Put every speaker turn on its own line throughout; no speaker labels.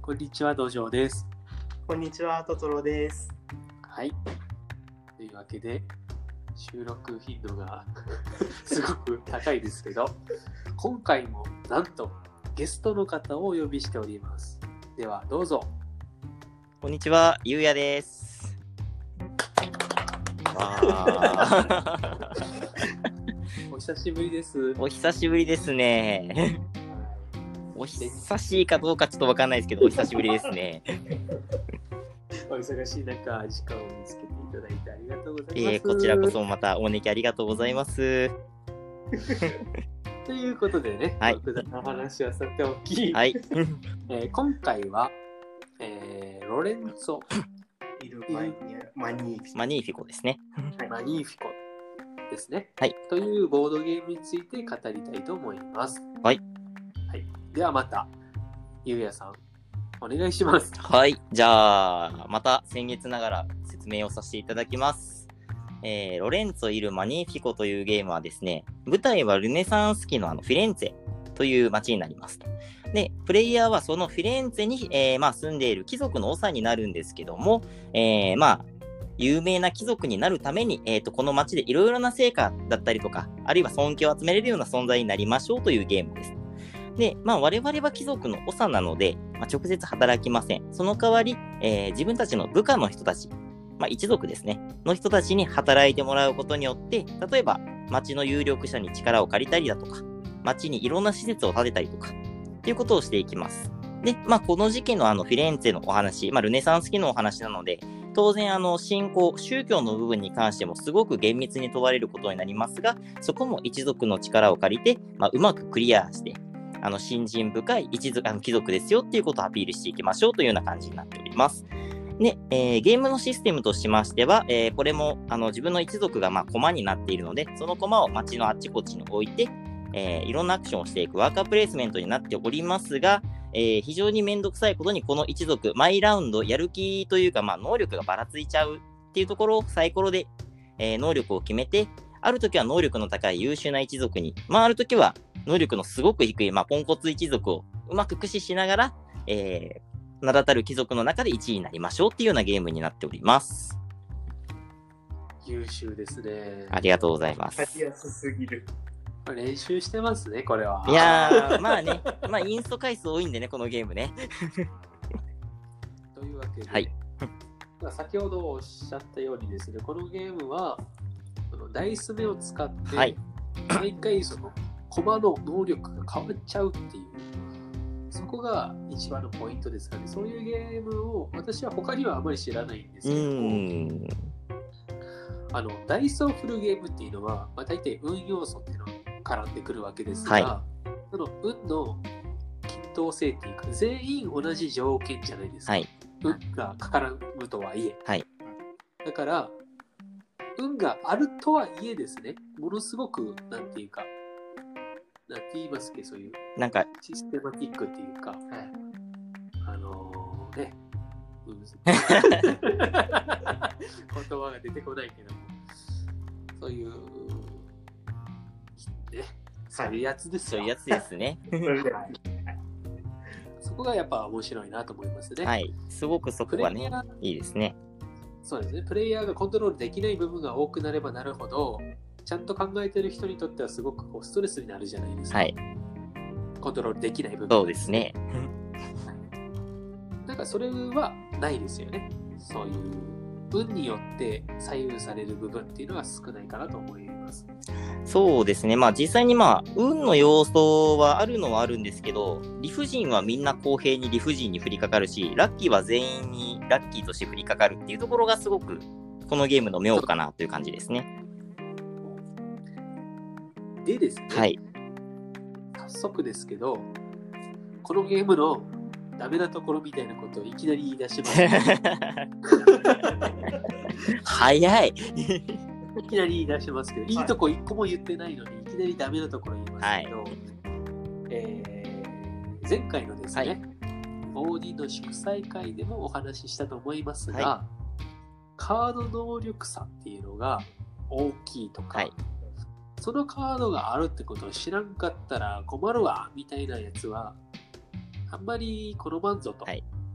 こんにちは、道場です。
こんにちは、トトロです。
はい。というわけで、収録頻度がすごく高いですけど、今回もなんとゲストの方をお呼びしております。では、どうぞ。
こんにちは、ゆうやです。
お久しぶりです。
お久しぶりですね。お久しいかどうかちょっとわかんないですけど、お久しぶりですね。
お忙しい中、時間を見つけていただいてありがとうございます。
こちらこそまたお招きありがとうございます。
ということでね、
はい、
複雑な話はさておき、
はい
今回は、ロレンツォ・
マニ
ーフィコですね。
マニーフィコですね、
はい、
というボードゲームについて語りたいと思います。
はい、
はい、ではまたゆうやさんお願いします。
はい、じゃあまた先月ながら説明をさせていただきます。ロレンツォ・イル・マニーフィコというゲームはですね、舞台はルネサンス期のフィレンツェという街になります。で、プレイヤーはそのフィレンツェに、住んでいる貴族の長になるんですけども、有名な貴族になるために、この街でいろいろな成果だったりとか、あるいは尊敬を集めれるような存在になりましょうというゲームです。で、我々は貴族の長なので、直接働きません。その代わり、自分たちの部下の人たち、一族ですね、の人たちに働いてもらうことによって、例えば町の有力者に力を借りたりだとか、町にいろんな施設を建てたりとか、っていうことをしていきます。で、この時期のフィレンツェのお話、ルネサンス期のお話なので、当然信仰、宗教の部分に関してもすごく厳密に問われることになりますが、そこも一族の力を借りて、うまくクリアして、信心深い貴族ですよっていうことをアピールしていきましょうというような感じになっております。で、ゲームのシステムとしましては、これも自分の一族が駒になっているので、その駒を街のあっちこっちに置いて、いろんなアクションをしていくワーカープレイスメントになっておりますが、非常にめんどくさいことにこの一族、毎ラウンドやる気というか、能力がばらついちゃうっていうところをサイコロで、能力を決めて、ある時は能力の高い優秀な一族に、ある時は能力のすごく低い、ポンコツ一族をうまく駆使しながら、名だたる貴族の中で1位になりましょうっていうようなゲームになっております。
優秀ですね。
ありがとうございます。
やりやすすぎる。
練習してますね、これは。
いやー、インスト回数多いんでね、このゲームね。
というわけで、
はい、
先ほどおっしゃったようにですね、このゲームはダイス目を使って、毎回その駒の能力が変わっちゃうっていう、そこが一番のポイントですからね。そういうゲームを私は他にはあまり知らないんですけども、ダイスを振るゲームっていうのは、大体運要素っていうのが絡んでくるわけですが、その運の均等性っていうか、全員同じ条件じゃないですか。運が絡むとはいえ。だから、運があるとはいえですね、ものすごく、なんていうか、なんて言いますっけ、そういうシステマティックっていうか、言葉が出てこないけども、そういうそういうやつですよ。
そういうやつですね。
そこがやっぱ面白いなと思いますね。
はい、すごくそこはね、いいですね。
そうですね。プレイヤーがコントロールできない部分が多くなればなるほど、ちゃんと考えてる人にとってはすごくストレスになるじゃないですか。コントロールできない部分。
そうですね。
なんかそれはないですよね。そういう運によって左右される部分っていうのは少ないかなと思います。
そうですね。実際に運の要素はあるのはあるんですけど、理不尽はみんな公平に理不尽に降りかかるし、ラッキーは全員にラッキーとして降りかかるっていうところがすごくこのゲームの妙かなという感じですね。
でですね、早速ですけど、このゲームのダメなところみたいなことをいきなり言い出します、
早い。
いきなり言い出しますけど、いいとこ一個も言ってないのにいきなりダメなところ言いますけど、前回のですね、大人の祝祭会でもお話ししたと思いますが、カード能力差っていうのが大きいとか、そのカードがあるってことを知らんかったら困るわみたいなやつはあんまり好まんぞと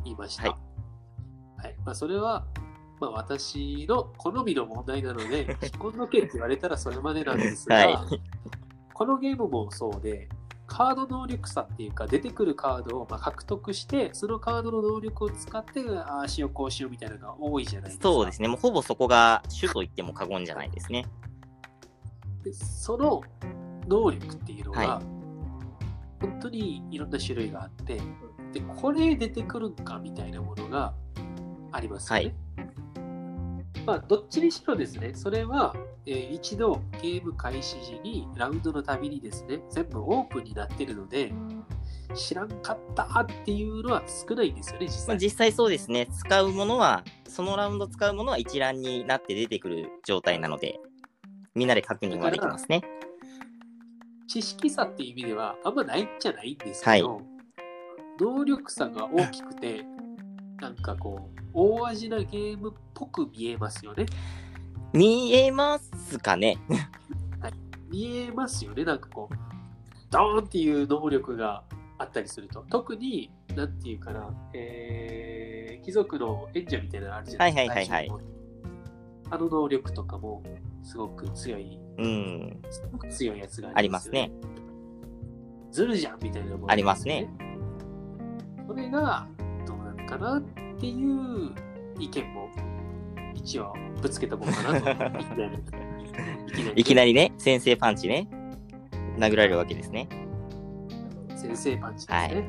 いました。
はい
はいまあ、それは、まあ、私の好みの問題なので、既婚の件って言われたらそれまでなんですが、
はい、
このゲームもそうで、カード能力差っていうか、出てくるカードをまあ獲得して、そのカードの能力を使って、ああしようこうしようみたいなのが多いじゃないですか。
そうですね。もうほぼそこが主と言っても過言じゃないですね。
でその能力っていうのが、
は
本当にいろんな種類があって、でこれ出てくるんかみたいなものがありますよね。まあ、どっちにしろですね、それは、一度ゲーム開始時にラウンドのたびにですね、全部オープンになってるので、知らんかったっていうのは少ないんですよね、実際。
まあ、実際そうですね。使うものは、そのラウンド使うものは一覧になって出てくる状態なので、みんなで確認はできますね。
知識差っていう意味ではあんまないんじゃないんですけど、能力差が大きくて、なんかこう、大味なゲームっぽく見えますよね。
見えますかね
はい、見えますよね。なんかこう、ドーンっていう能力があったりすると。特に、なんていうかな、貴族の援助みたいなのあるじゃないですか。あの能力とかもすごく強い、すごく強いやつがありますよね。ずるじゃんみたいなもの、
ありますね。
それがどうなのかなっていう意見も一応ぶつけとこうかなと。
いきなりね、先制パンチね、殴られるわけですね。
先制パンチですね。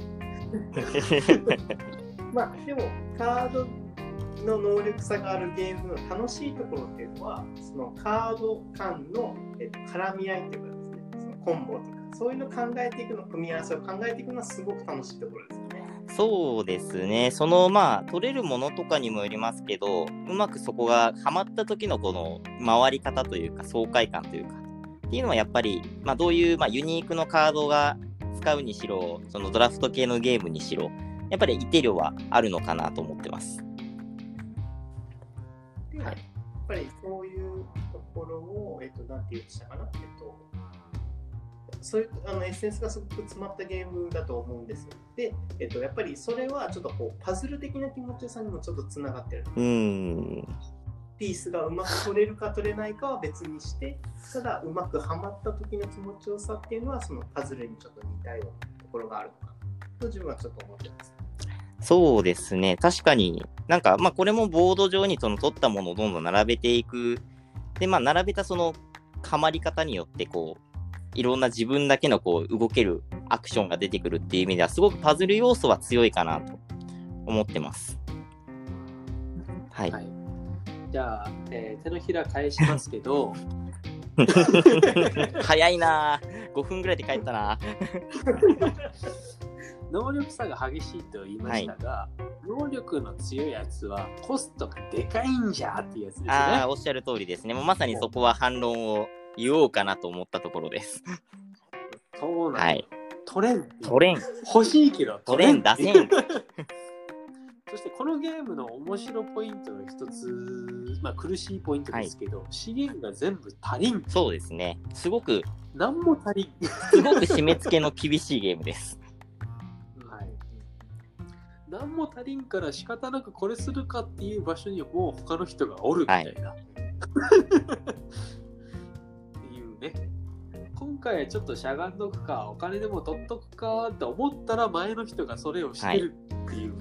まあでもカードの能力差があるゲームの楽しいところっていうのは、そのカード間の、絡み合いというかですね、そのコンボとかそういうのを考えていくの、組み合わせを考えていくのはすごく楽しいところですよね。
そうですね。そのまあ取れるものとかにもよりますけど、うまくそこがハマった時のこの回り方というか爽快感というかっていうのはやっぱり、まあ、どういう、まあ、ユニークのカードが使うにしろ、そのドラフト系のゲームにしろ、やっぱり一定量はあるのかなと思ってます。
で、やっぱりそういうところを、なんて言うんでしたかな、そういうエッセンスがすごく詰まったゲームだと思うんです。で、やっぱりそれはちょっとこうパズル的な気持ちよさにもちょっとつながってる。ピースがうまく取れるか取れないかは別にして、ただうまくはまった時の気持ちよさっていうのはそのパズルにちょっと似たようなところがあるのかなと自分はちょっと思ってます。
そうですね。確かになんか、まあこれもボード上にその取ったものをどんどん並べていく。で、まあ並べたそのはまり方によってこう、いろんな自分だけのこう動けるアクションが出てくるっていう意味ではすごくパズル要素は強いかなと思ってます。はい。
じゃあ、手のひら返しますけど
早いな5分ぐらいで帰ったな
能力差が激しいと言いましたが、能力の強いやつはコストがでかいんじゃっていうやつですね。
おっしゃる通りですね。もうまさにそこは反論を言おうかなと思ったところです。
そうなん、取れん欲しいけど
取れん出せん
そしてこのゲームの面白ポイントの一つ、まあ苦しいポイントですけど、資源が全部足りん。
そうですね。すごく
何も足りん
すごく締め付けの厳しいゲームです
何も足りんから仕方なくこれするかっていう場所にもう他の人がおるみたいな、っていうね。今回はちょっとしゃがんどくかお金でも取っとくかと思ったら前の人がそれをしてるっていう、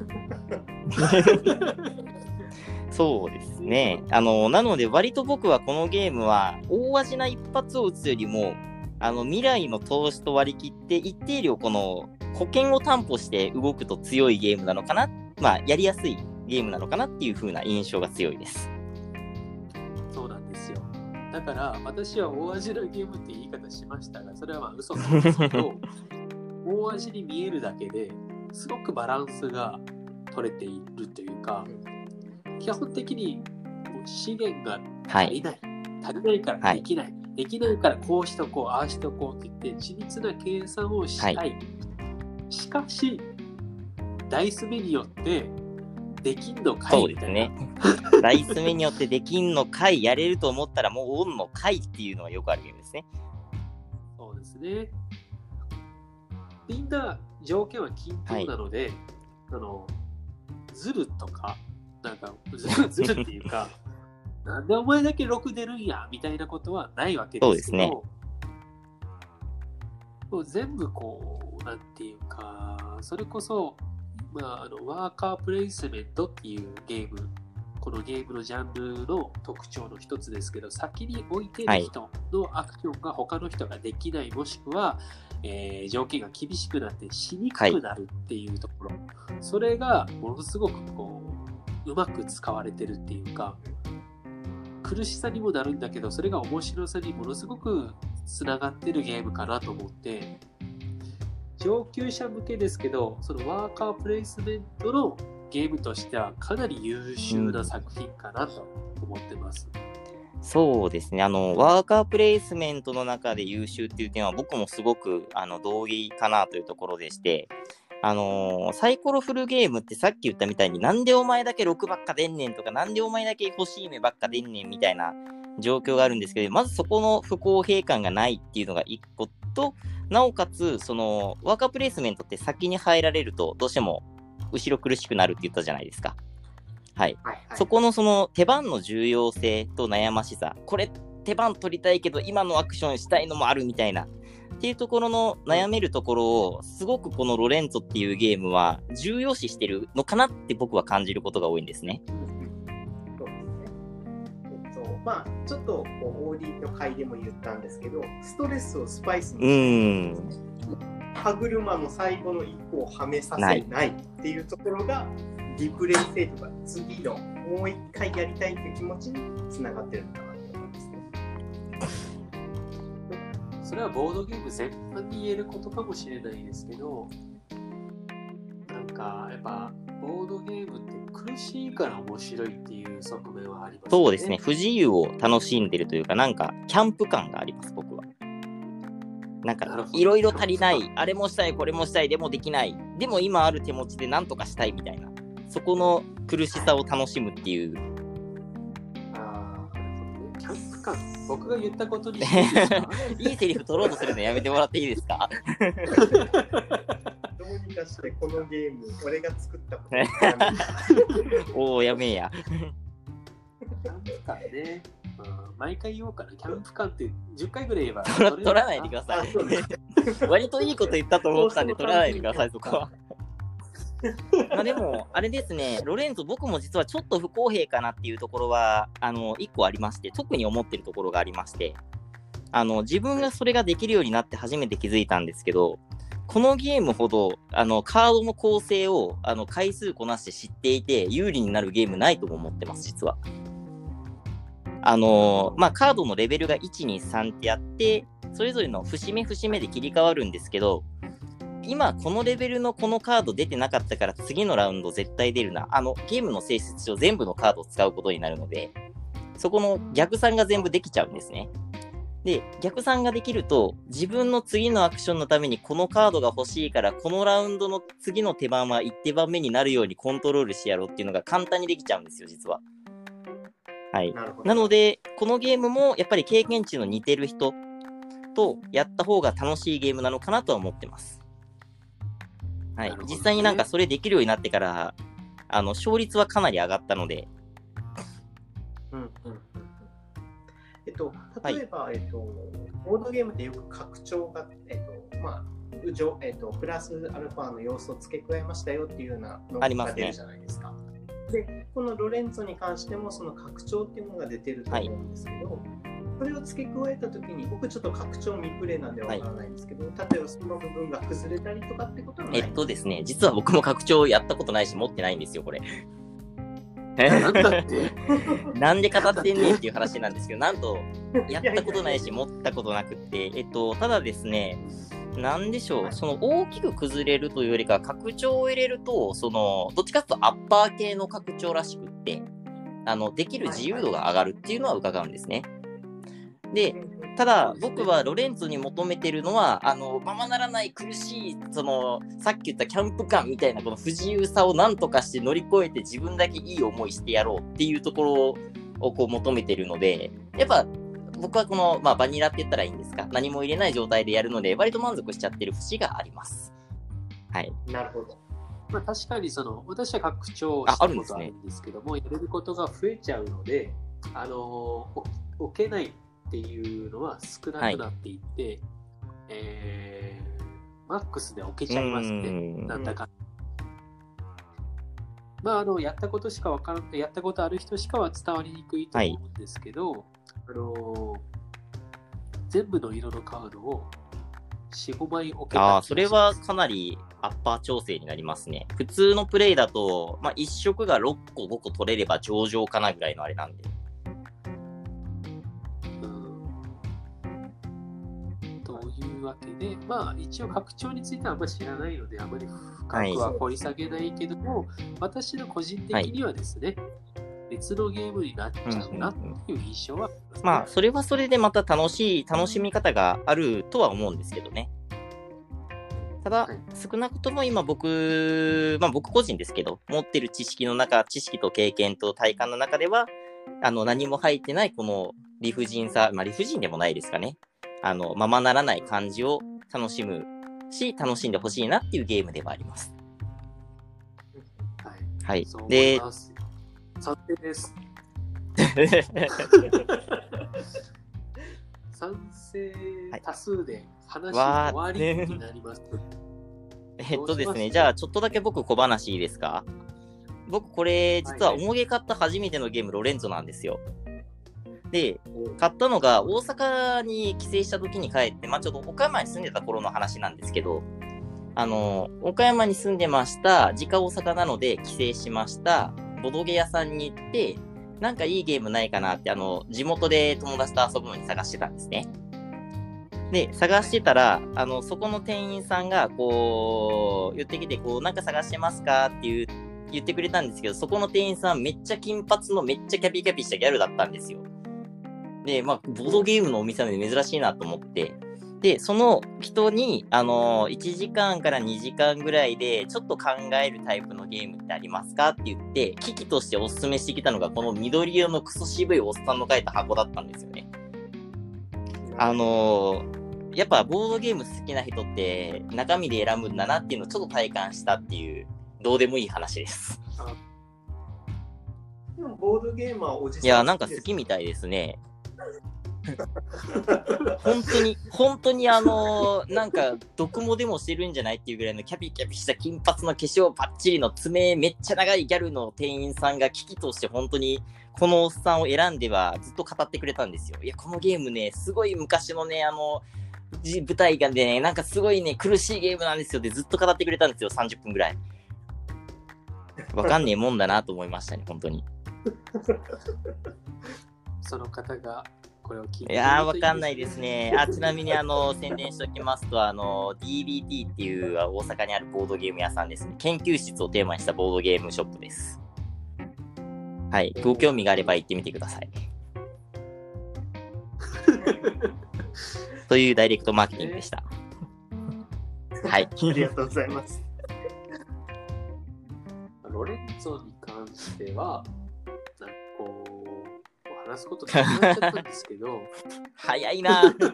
そうですね。なので割と僕はこのゲームは大味な一発を打つよりも未来の投資と割り切って一定量この保険を担保して動くと強いゲームなのかな、まあやりやすいゲームなのかなっていう風な印象が強いです。
そうなんですよ。だから私は大味なゲームって言い方しましたが、それはまあ嘘なんですけど大味に見えるだけですごくバランスが取れているというか、基本的に資源が足りない、足りないからできない、できないからこうしとこうああしとこうって言って緻密な計算をしたい、しかしダイス目によってできんのかいみたいな。
そうですね。ダイス目によってできんのかい、やれると思ったらもうオンのかいっていうのはよくあるゲームですね。
そうですね。みんな条件は均等なので、 ずるとか、なんかずるっていうか、なんでお前だけ6出るんやみたいなことはないわけですけど、
そうですね。
もう全部こう、なんていうか、それこそ、ワーカープレイスメントっていうゲーム、このゲームのジャンルの特徴の一つですけど、先に置いてる人のアクションが他の人ができない、もしくは、条件が厳しくなってしにくくなるっていうところ、それがものすごくこうまく使われてるっていうか、苦しさにもなるんだけど、それが面白さにものすごくつながってるゲームかなと思って、上級者向けですけど、そのワーカープレイスメントのゲームとしてはかなり優秀な作品かなと思ってます。
そうですね。ワーカープレイスメントの中で優秀っていう点は僕もすごく同意かなというところでして、サイコロフルゲームってさっき言ったみたいになんでお前だけ6ばっか出んねんとか、なんでお前だけ欲しい目ばっか出んねんみたいな状況があるんですけど、まずそこの不公平感がないっていうのが一個と、なおかつそのワーカープレイスメントって先に入られるとどうしても後ろ苦しくなるって言ったじゃないですか。はい。そこのその手番の重要性と悩ましさ、これ手番取りたいけど今のアクションしたいのもあるみたいなっていうところの悩めるところをすごくこのロレンツォっていうゲームは重要視してるのかなって僕は感じることが多いんですね。
そうですね。まあちょっとオーディの回でも言ったんですけど、ストレスをスパイスに歯車の最後の一個をはめさせないっていうところがリプレイ性とか次のもう一回やりたいっていう気持ちにつながってるのかなと思いますね。
それはボードゲーム全般に言えることかもしれないですけど、なんかやっぱボードゲームって苦しいから面白いっていう側面はありますね。
そうですね。不自由を楽しんでるというか、なんかキャンプ感があります、僕は。なんかいろいろ足りない、あれもしたいこれもしたい、でもできない、でも今ある手持ちで何とかしたいみたいな、そこの苦しさを楽しむっていう。
キャンプ感、僕が言ったことにしていいですか？
いいセリフ取ろうとするのやめてもらっていいですか？
どうにかしてこのゲーム俺が作ったこと
おお、やめえや。
キャンプ感ね、毎回言おうかな。キャンプ感って10回ぐらい言えば
取らないでください。割といいこと言ったと思ったんで取らないでください、そこは。まあでもあれですね、ロレンツォ、僕も実はちょっと不公平かなっていうところは1個ありまして、特に思ってるところがありまして、自分がそれができるようになって初めて気づいたんですけど、このゲームほどカードの構成を回数こなして知っていて有利になるゲームないとも思ってます、実は。まあカードのレベルが1、2、3ってあって、それぞれの節目節目で切り替わるんですけど、今このレベルのこのカード出てなかったから次のラウンド絶対出るな。ゲームの性質上全部のカードを使うことになるので、そこの逆算が全部できちゃうんですね。で、逆算ができると、自分の次のアクションのためにこのカードが欲しいから、このラウンドの次の手番は1手番目になるようにコントロールしてやろうっていうのが簡単にできちゃうんですよ、実は。はい。なので、このゲームもやっぱり経験値の似てる人とやった方が楽しいゲームなのかなとは思ってます。はい。実際になんかそれできるようになってから、勝率はかなり上がったので。
例えば、ボードゲームでよく拡張が、プラスアルファの要素を付け加えましたよっていうようなのが出るじゃないですか。で、このロレンツォに関してもその拡張っていうのが出てると思うんですけど、それを付け加えたときに、僕ちょっと拡張未プレイなんでわからないんですけど、例えばその部分が崩れたりとかってことはない？
ですね、実は僕も拡張やったことないし持ってないんですよ、これ。
なんだって
なんで語ってんねんっていう話なんですけど、なんとやったことないし持ったことなくて、ただですね、なんでしょう、その大きく崩れるというよりか、拡張を入れると、どっちかというとアッパー系の拡張らしくって、できる自由度が上がるっていうのは伺うんですね。で、ただ僕はロレンツォに求めてるのはままならない苦しいさっき言ったキャンプ感みたいなこの不自由さをなんとかして乗り越えて自分だけいい思いしてやろうっていうところをこう求めてるので、やっぱ僕はこの、バニラって言ったらいいんですか、何も入れない状態でやるので割と満足しちゃってる節があります。はい。
なるほど。
まあ、確かに私は拡張したことあるんですけども、やれることが増えちゃうので、置けないっていうのは少なくなっていって、マックスで置けちゃいますね、なんだか。まあ、やったことある人しかは伝わりにくいと思うんですけど、全部の色のカードを4、5枚置けた。
それはかなりアッパー調整になりますね。普通のプレイだと、まあ、1色が6個、5個取れれば上々かなぐらいのあれなんで。
というわけで、まあ、一応拡張についてはあんまり知らないので、あまり深くは掘り下げないけども、私の個人的にはですね、別のゲームになっちゃうなっていう印象は、
まあ、それはそれでまた楽しみ方があるとは思うんですけどね。ただ、少なくとも今僕個人ですけど、持ってる知識と経験と体感の中では、何も入ってないこの理不尽さ、まあ理不尽でもないですかね。ままならない感じを楽しむし、楽しんでほしいなっていうゲームではあります。はい。で、
賛成です。賛成多数で話終わりになります。
ですね、じゃあちょっとだけ僕小話いいですか？僕これ実は重げ買った初めてのゲームロレンツォなんですよ。で、買ったのが大阪に帰省した時に帰って、まあちょっと岡山に住んでた頃の話なんですけど、岡山に住んでました。実家大阪なので帰省しました。ボドゲ屋さんに行って、なんかいいゲームないかなって、地元で友達と遊ぶのに探してたんですね。で、探してたら、そこの店員さんが、こう、言ってきて、こう、なんか探してますかって言ってくれたんですけど、そこの店員さんめっちゃ金髪のめっちゃキャピキャピしたギャルだったんですよ。で、まあ、ボードゲームのお店なので珍しいなと思って、で、その人に、1時間から2時間ぐらいで、ちょっと考えるタイプのゲームってありますかって言って、機器としておすすめしてきたのが、この緑色のクソ渋いおっさんの書いた箱だったんですよね。やっぱボードゲーム好きな人って、中身で選ぶんだなっていうのをちょっと体感したっていう、どうでもいい話です。
でもボードゲームはおじさん。
いや、なんか好きみたいですね。本当になんか毒もでもしてるんじゃないっていうぐらいのキャピキャピした金髪の化粧パッチリの爪めっちゃ長いギャルの店員さんが危機として本当にこのおっさんを選んではずっと語ってくれたんですよ。いや、このゲームね、すごい昔のね、舞台がね、なんかすごいね、苦しいゲームなんですよってずっと語ってくれたんですよ、30分ぐらい。わかんねえもんだなと思いましたね、本当に。
その方がこれを聞いて
いやー、わかんないですね。ちなみに宣伝しておきますと、DBT っていう大阪にあるボードゲーム屋さんですね。研究室をテーマにしたボードゲームショップです。はい。ご興味があれば行ってみてください。というダイレクトマーケティングでした。はい。
ありがとうございます。
ロレンツォに関しては、なんかこう、話すことなくなっちゃったんですけど
早いな
で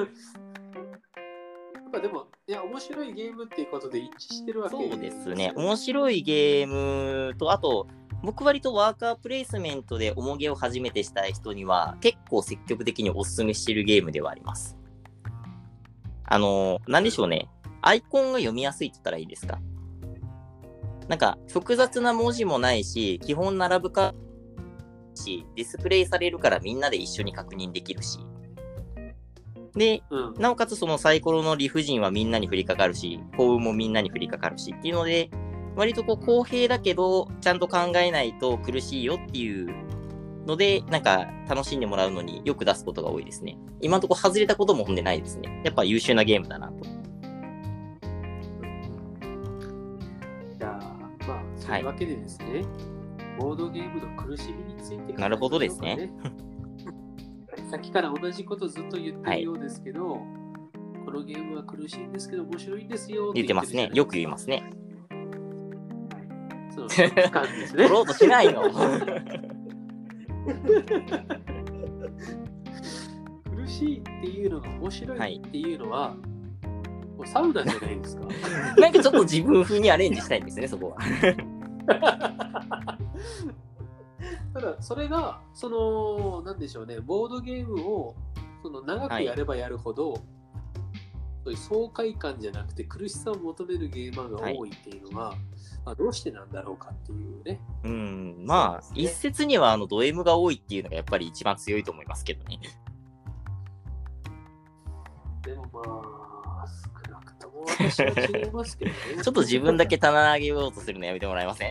もいや面白いゲームっていうことで一致してるわけ
そうですね。面白いゲームと、あと僕割とワーカープレイスメントで重げを初めてしたい人には結構積極的におすすめしてるゲームではあります。なんでしょうね、アイコンが読みやすいって言ったらいいですか。なんか複雑な文字もないし、基本並ぶかし、ディスプレイされるからみんなで一緒に確認できるし。で、なおかつそのサイコロの理不尽はみんなに降りかかるし、幸運もみんなに降りかかるしっていうので、割とこう公平だけど、ちゃんと考えないと苦しいよっていうので、なんか楽しんでもらうのによく出すことが多いですね。今のところ外れたこともほんでないですね。やっぱ優秀なゲームだなと。
じゃあ、まあ、そういうわけでですね、ボードゲームの苦しみについて、
なるほどですね。
さっきから同じことずっと言ってるようですけど、はい、このゲームは苦しいんですけど面白いんですよって
言ってますね。よく言いますね。
はい、そうですね。
取ろうとしないの。
苦しいっていうのが面白いっていうのは、 サウナじゃないですか。
なんかちょっと自分風にアレンジしたいんですね、そこは。
ただ、それが、なんでしょうね、ボードゲームを長くやればやるほど、そういう爽快感じゃなくて苦しさを求めるゲーマーが多いっていうのは、まあ、どうしてなんだろうかっていうね。
まあ、一説にはド M が多いっていうのがやっぱり一番強いと思いますけどね。
でもまあ、少なくとも私は違いますけどね。
ちょっと自分だけ棚上げようとするのやめてもらえません？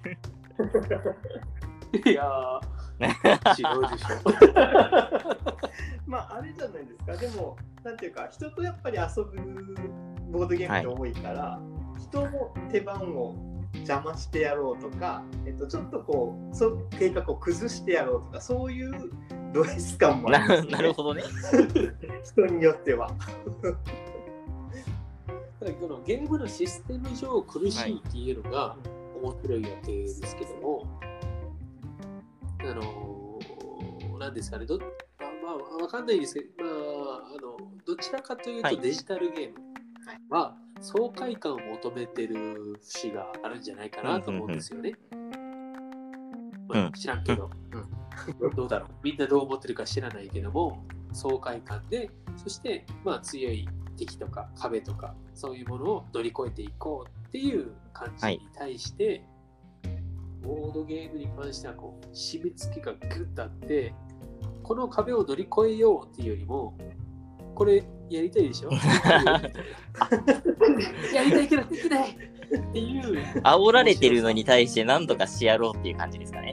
いやー、違うでしょ。
まあ、あれじゃないですか。でも、なんていうか、人とやっぱり遊ぶボードゲームが多いから、人の手番を邪魔してやろうとか、ちょっとこう、計画を崩してやろうとか、そういうド S 感もあるんですよね。
なるほどね。
人によっては。
このゲームのシステム上苦しいっていうのが面白いわけですけども、なんですかね、まあ、わかんないですけど、どちらかというとデジタルゲームは爽快感を求めてる節があるんじゃないかなと思うんですよね。知らんけど、どうだろう、みんなどう思ってるか知らないけども、爽快感で、そしてまあ強い敵とか壁とかそういうものを乗り越えていこうっていう感じに対して、ボードゲームに関してはこう締め付けがグッとあって、この壁を乗り越えようっていうよりも、これやりたいでしょやりたいけどできないっていう
煽られてるのに対して何とかしてやろうっていう感じですかね。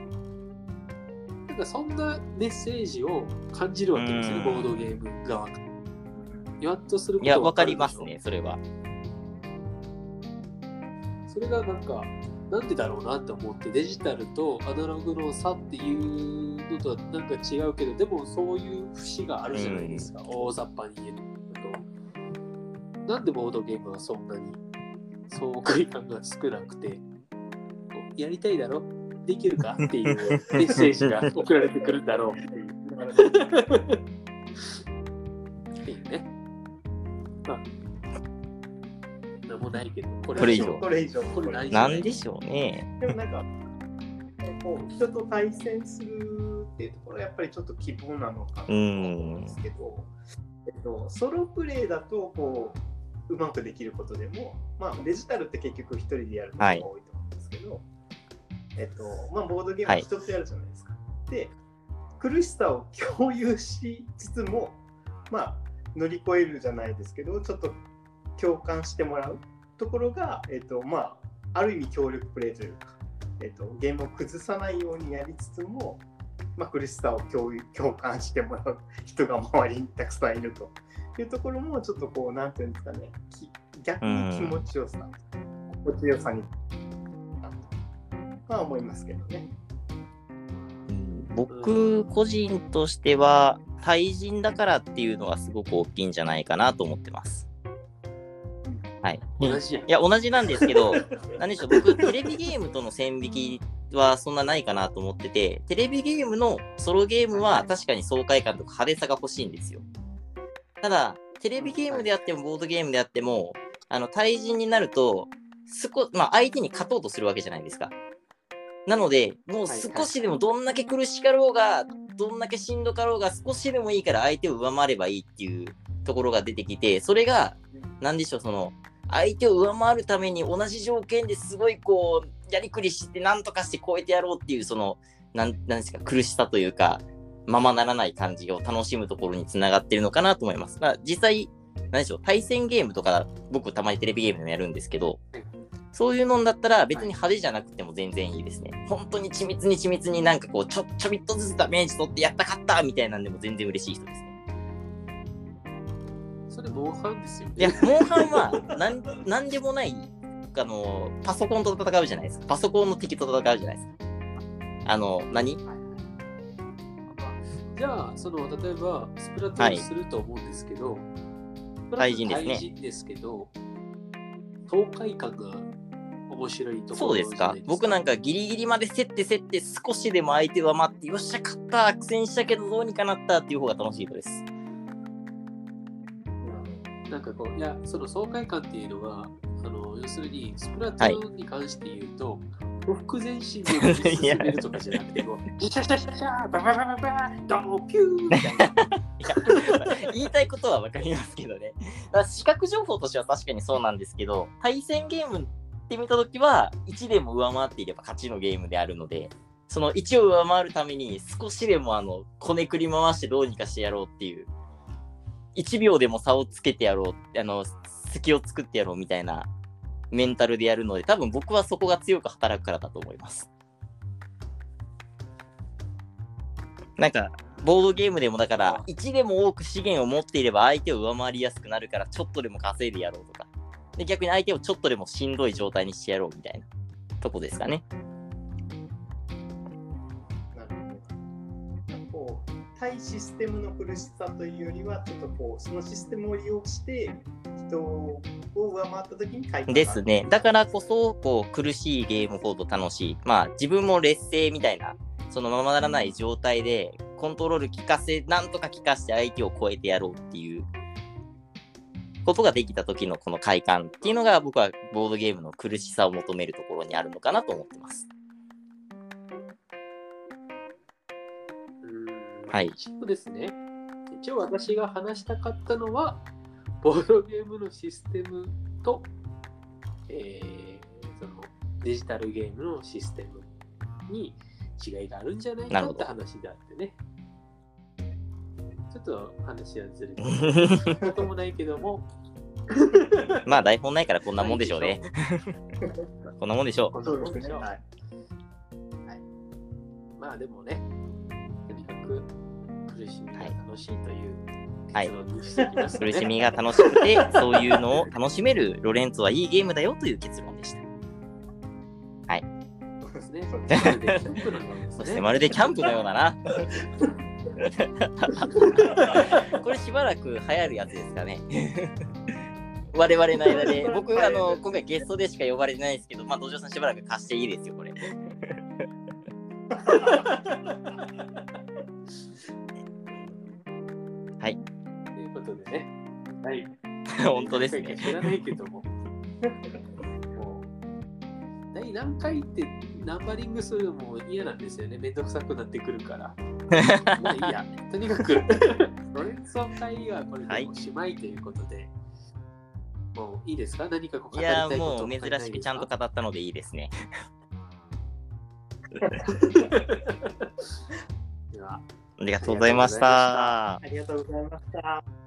なんかそんなメッセージを感じるわけですね、ボードゲーム側が。やっとすること
いや、わかりますね、それは。
それがなんでだろうなって思って、デジタルとアナログの差っていうのとはなんか違うけど、でもそういう節があるじゃないですか、大雑把に言えると。なんでボードゲームはそんなに爽快感が少なくて、やりたいだろ、できるかっていうメッセージが送られてくるんだろうっていう。っていうね。まあなんもないけど、これ以上。
なんでしょうね。
でもなんか、こう人と対戦するっていうところはやっぱりちょっと希望なのかなと思うんですけど、ソロプレイだとこうまくできることでも、まあ、デジタルって結局一人でやることが多いと思うんですけど、まあ、ボードゲームは一つやるじゃないですか。で、苦しさを共有しつつも、まあ、乗り越えるじゃないですけど、ちょっと共感してもらうところが、まあ、ある意味協力プレイというか、ゲームを崩さないようにやりつつも、まあ、苦しさを共感してもらう人が周りにたくさんいるというところもちょっとこうなんていうんですかね、逆に気持ちよさ、心地よさには思いますけどね。
僕個人としては対人だからっていうのがすごく大きいんじゃないかなと思ってます。はい。
同じやん。
いや、同じなんですけど、なんでしょう、僕、テレビゲームとの線引きはそんなないかなと思ってて、テレビゲームのソロゲームは確かに爽快感とか派手さが欲しいんですよ。ただ、テレビゲームであっても、ボードゲームであっても、対人になると、まあ、相手に勝とうとするわけじゃないですか。なので、もう少しでもどんだけ苦しかろうが、どんだけしんどかろうが、少しでもいいから相手を上回ればいいっていうところが出てきて、それが、なんでしょう、相手を上回るために同じ条件ですごいこう、やりくりして何とかして超えてやろうっていう、なんですか、苦しさというか、ままならない感じを楽しむところにつながってるのかなと思います。まあ、実際、なんでしょう、対戦ゲームとか、僕たまにテレビゲームでもやるんですけど、そういうのだったら別に派手じゃなくても全然いいですね。本当に緻密になんかこう、ちょびっとずつダメージ取ってやったかったみたいなんでも全然嬉しい人ですね。
それモンハンですよね。
いや、モンハンはなんでもない、パソコンと戦うじゃないですか。パソコンの敵と戦うじゃないですか。
じゃあ、例えば、スプラトゥーンすると思うんですけど、
対人ですね。
対人ですけど、爽快感が面白いところ。
そうですか。僕なんかギリギリまで競って少しでも相手は待って、よっしゃ、勝った、苦戦したけどどうにかなったっていう方が楽しいです。
なんかこう、いや、その爽快感っていうのは、要するに、スプラトゥーンに関して言うと、ほふ前進で進めるとかじゃなくて、こう、シャシャシャシャ、バババババ、ドーピューみたいな。
言いたいことはわかりますけどね。だから視覚情報としては確かにそうなんですけど、対戦ゲームって見たときは、1でも上回っていれば勝ちのゲームであるので、その1を上回るために少しでもこねくり回してどうにかしてやろうっていう、1秒でも差をつけてやろう、隙を作ってやろうみたいなメンタルでやるので、多分僕はそこが強く働くからだと思います。なんか、ボードゲームでもだから、1でも多く資源を持っていれば相手を上回りやすくなるから、ちょっとでも稼いでやろうとか。で、逆に相手をちょっとでもしんどい状態にしてやろうみたいなとこですかね。
なるほど。こう、対システムの苦しさというよりは、ちょっとこう、そのシステムを利用して、人を上回った時に快感
ですね。だからこそ、こう、苦しいゲームほど楽しい。まあ、自分も劣勢みたいな、そのままならない状態で、コントロールなんとか効かして相手を超えてやろうっていうことができた時のこの快感っていうのが、僕はボードゲームの苦しさを求めるところにあるのかなと思ってます。はい。
そうですね。一応私が話したかったのは、ボードゲームのシステムと、そのデジタルゲームのシステムに違いがあるんじゃないかって話であってね。ちょっと話はずれてることもないけども
まあ台本ないからこんなもんでしょうね。こんなもんでしょう。
そうですね。はい。
はい、まあでもね、とにかく苦しみが楽しいという結論にしてきますね。
苦しみが楽しくて、そういうのを楽しめるロレンツはいいゲームだよという結論でした。はい。
そうですね。
そしてまるでキャンプのようだな。これしばらく流行るやつですかね。我々の間で、僕今回ゲストでしか呼ばれてないですけど、まあ土壌さんしばらく貸していいですよこれ。はい。
ということでね。はい。
本当ですね。
知らないけども。第何回ってナンバリングするのも嫌なんですよね。めんどくさくなってくるから。まあいいや。とにかく、ロレンツォ会はこれでおしまいということで、もういいですか？何かこう語りたいこと
いや、もう珍しくちゃんと語ったのでいいですね。
では、
ありがとうございました。
ありがとうございました。